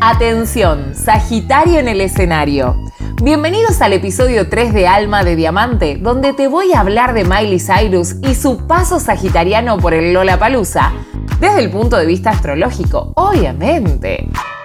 Atención, Sagitario en el escenario. Bienvenidos al episodio 3 de Alma de Diamante, donde te voy a hablar de Miley Cyrus y su paso sagitariano por el Lollapalooza, desde el punto de vista astrológico, obviamente.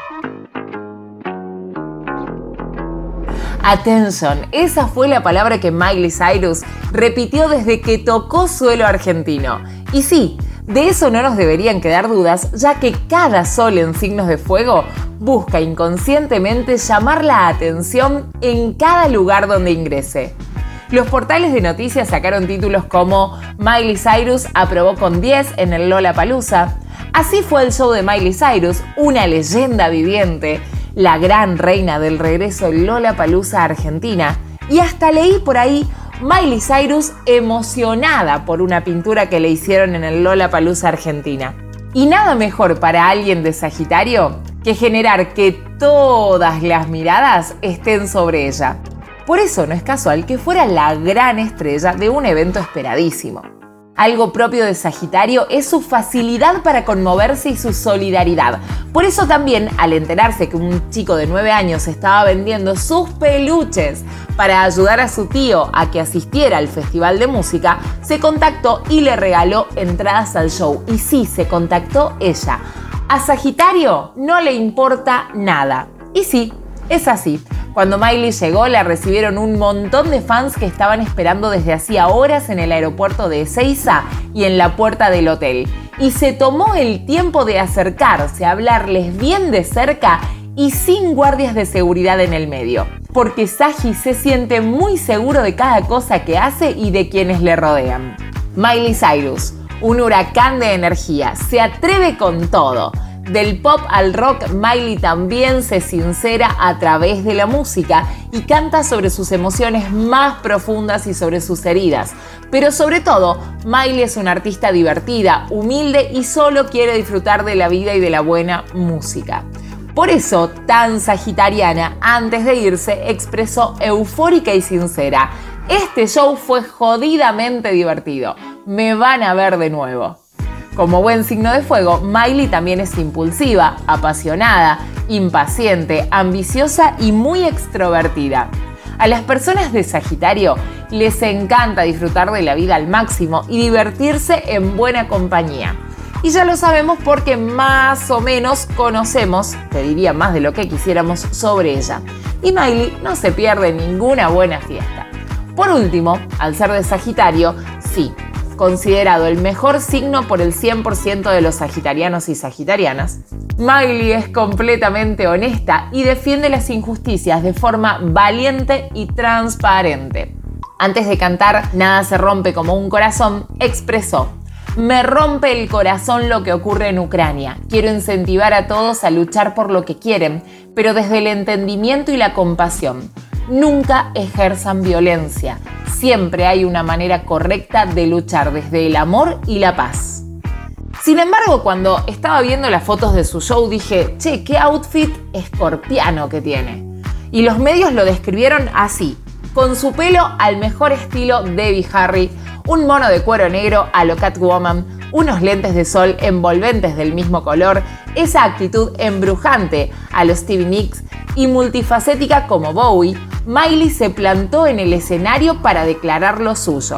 Attention, esa fue la palabra que Miley Cyrus repitió desde que tocó suelo argentino. Y sí, de eso no nos deberían quedar dudas, ya que cada sol en signos de fuego busca inconscientemente llamar la atención en cada lugar donde ingrese. Los portales de noticias sacaron títulos como Miley Cyrus aprobó con 10 en el Lollapalooza. Así fue el show de Miley Cyrus, una leyenda viviente, la gran reina del regreso Lollapalooza a Argentina. Y hasta leí por ahí Miley Cyrus emocionada por una pintura que le hicieron en el Lollapalooza Argentina. Y nada mejor para alguien de Sagitario que generar que todas las miradas estén sobre ella. Por eso no es casual que fuera la gran estrella de un evento esperadísimo. Algo propio de Sagitario es su facilidad para conmoverse y su solidaridad. Por eso también, al enterarse que un chico de 9 años estaba vendiendo sus peluches para ayudar a su tío a que asistiera al festival de música, se contactó y le regaló entradas al show. Y sí, se contactó ella. A Sagitario no le importa nada. Y sí, es así. Cuando Miley llegó, la recibieron un montón de fans que estaban esperando desde hacía horas en el aeropuerto de Ezeiza y en la puerta del hotel. Y se tomó el tiempo de acercarse, a hablarles bien de cerca y sin guardias de seguridad en el medio. Porque Sagi se siente muy seguro de cada cosa que hace y de quienes le rodean. Miley Cyrus, un huracán de energía, se atreve con todo. Del pop al rock, Miley también se sincera a través de la música y canta sobre sus emociones más profundas y sobre sus heridas. Pero sobre todo, Miley es una artista divertida, humilde y solo quiere disfrutar de la vida y de la buena música. Por eso, tan sagitariana, antes de irse, expresó eufórica y sincera: este show fue jodidamente divertido, me van a ver de nuevo. Como buen signo de fuego, Miley también es impulsiva, apasionada, impaciente, ambiciosa y muy extrovertida. A las personas de Sagitario les encanta disfrutar de la vida al máximo y divertirse en buena compañía. Y ya lo sabemos porque más o menos conocemos, te diría más de lo que quisiéramos, sobre ella. Y Miley no se pierde ninguna buena fiesta. Por último, al ser de Sagitario, sí, considerado el mejor signo por el 100% de los sagitarianos y sagitarianas, Miley es completamente honesta y defiende las injusticias de forma valiente y transparente. Antes de cantar Nada se rompe como un corazón, expresó: me rompe el corazón lo que ocurre en Ucrania. Quiero incentivar a todos a luchar por lo que quieren, pero desde el entendimiento y la compasión. Nunca ejerzan violencia. Siempre hay una manera correcta de luchar desde el amor y la paz. Sin embargo, cuando estaba viendo las fotos de su show dije, che, qué outfit escorpiano que tiene. Y los medios lo describieron así: con su pelo al mejor estilo Debbie Harry, un mono de cuero negro a lo Catwoman, unos lentes de sol envolventes del mismo color, esa actitud embrujante a lo Stevie Nicks y multifacética como Bowie, Miley se plantó en el escenario para declarar lo suyo.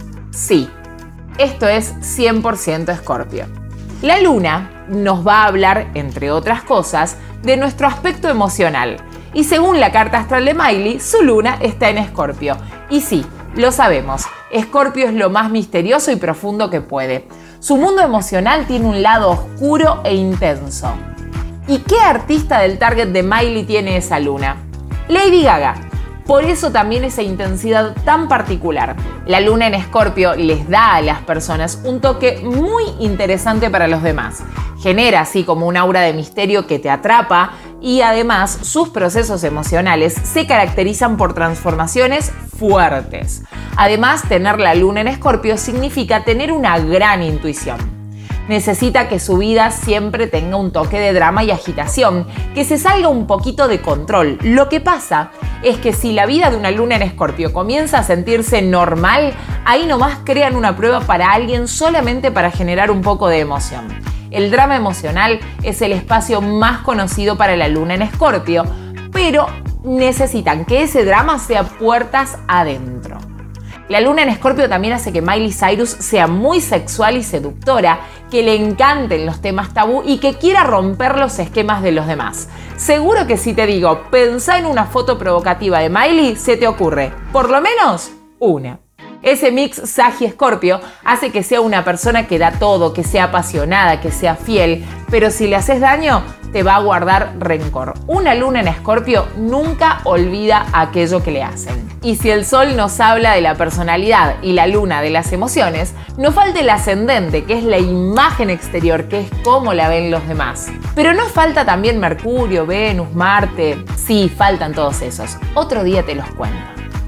Sí, esto es 100% Escorpio. La luna nos va a hablar, entre otras cosas, de nuestro aspecto emocional. Y según la carta astral de Miley, su luna está en Escorpio. Y sí, lo sabemos, Escorpio es lo más misterioso y profundo que puede. Su mundo emocional tiene un lado oscuro e intenso. ¿Y qué artista del target de Miley tiene esa luna? Lady Gaga. Por eso también esa intensidad tan particular. La luna en Escorpio les da a las personas un toque muy interesante para los demás. Genera así como un aura de misterio que te atrapa y además sus procesos emocionales se caracterizan por transformaciones fuertes. Además, tener la luna en Escorpio significa tener una gran intuición. Necesita que su vida siempre tenga un toque de drama y agitación, que se salga un poquito de control. Lo que pasa es que si la vida de una luna en Escorpio comienza a sentirse normal, ahí nomás crean una prueba para alguien solamente para generar un poco de emoción. El drama emocional es el espacio más conocido para la luna en Escorpio, pero necesitan que ese drama sea puertas adentro. La luna en Escorpio también hace que Miley Cyrus sea muy sexual y seductora, que le encanten los temas tabú y que quiera romper los esquemas de los demás. Seguro que si te digo, pensá en una foto provocativa de Miley, se te ocurre, por lo menos, una. Ese mix Sagi-Escorpio hace que sea una persona que da todo, que sea apasionada, que sea fiel, pero si le haces daño, te va a guardar rencor. Una luna en Escorpio nunca olvida aquello que le hacen. Y si el sol nos habla de la personalidad y la luna de las emociones, no falta el ascendente, que es la imagen exterior, que es cómo la ven los demás. Pero no falta también Mercurio, Venus, Marte. Sí, faltan todos esos. Otro día te los cuento.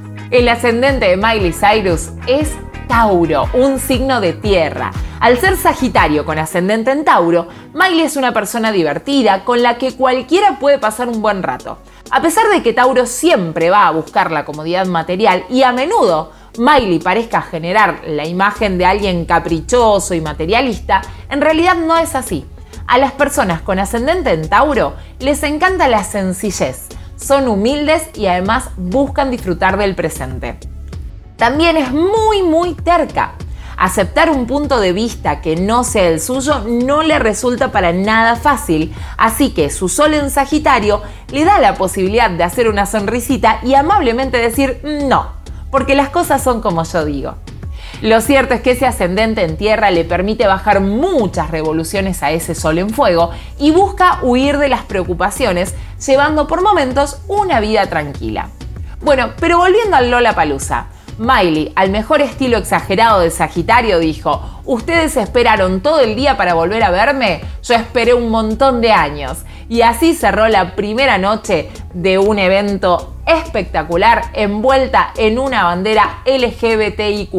El ascendente de Miley Cyrus es Tauro, un signo de tierra. Al ser Sagitario con ascendente en Tauro, Miley es una persona divertida con la que cualquiera puede pasar un buen rato. A pesar de que Tauro siempre va a buscar la comodidad material y a menudo Miley parezca generar la imagen de alguien caprichoso y materialista, en realidad no es así. A las personas con ascendente en Tauro les encanta la sencillez. Son humildes y además buscan disfrutar del presente. También es muy terca. Aceptar un punto de vista que no sea el suyo no le resulta para nada fácil, así que su sol en Sagitario le da la posibilidad de hacer una sonrisita y amablemente decir no, porque las cosas son como yo digo. Lo cierto es que ese ascendente en tierra le permite bajar muchas revoluciones a ese sol en fuego y busca huir de las preocupaciones, llevando por momentos una vida tranquila. Bueno, pero volviendo al Lollapalooza, Miley, al mejor estilo exagerado de Sagitario, dijo: «Ustedes esperaron todo el día para volver a verme, yo esperé un montón de años». Y así cerró la primera noche de un evento espectacular envuelta en una bandera LGBTIQ+.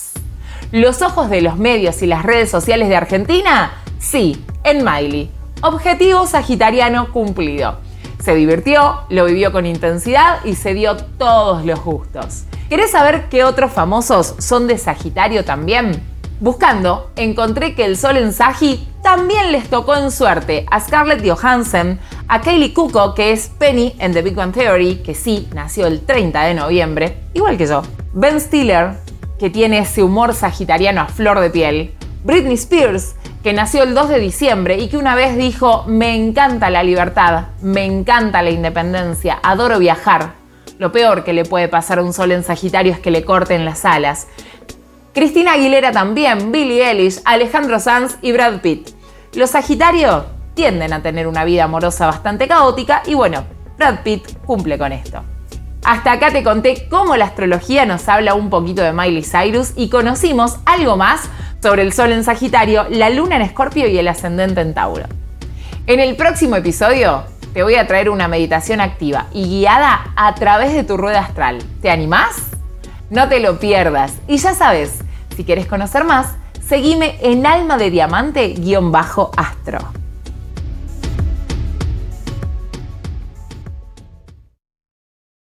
¿Los ojos de los medios y las redes sociales de Argentina? Sí, en Miley. Objetivo sagitariano cumplido. Se divirtió, lo vivió con intensidad y se dio todos los gustos. ¿Querés saber qué otros famosos son de Sagitario también? Buscando, encontré que el sol en Sagi también les tocó en suerte a Scarlett Johansson, a Kaylee Cuoco, que es Penny en The Big Bang Theory, que sí, nació el 30 de noviembre, igual que yo. Ben Stiller, que tiene ese humor sagitariano a flor de piel. Britney Spears, que nació el 2 de diciembre y que una vez dijo: «Me encanta la libertad, me encanta la independencia, adoro viajar». Lo peor que le puede pasar a un sol en Sagitario es que le corten las alas. Christina Aguilera también, Billie Eilish, Alejandro Sanz y Brad Pitt. Los Sagitarios tienden a tener una vida amorosa bastante caótica y bueno, Brad Pitt cumple con esto. Hasta acá te conté cómo la astrología nos habla un poquito de Miley Cyrus y conocimos algo más sobre el sol en Sagitario, la luna en Escorpio y el ascendente en Tauro. En el próximo episodio te voy a traer una meditación activa y guiada a través de tu rueda astral. ¿Te animás? No te lo pierdas. Y ya sabes, si quieres conocer más, seguime en almadediamante_astro.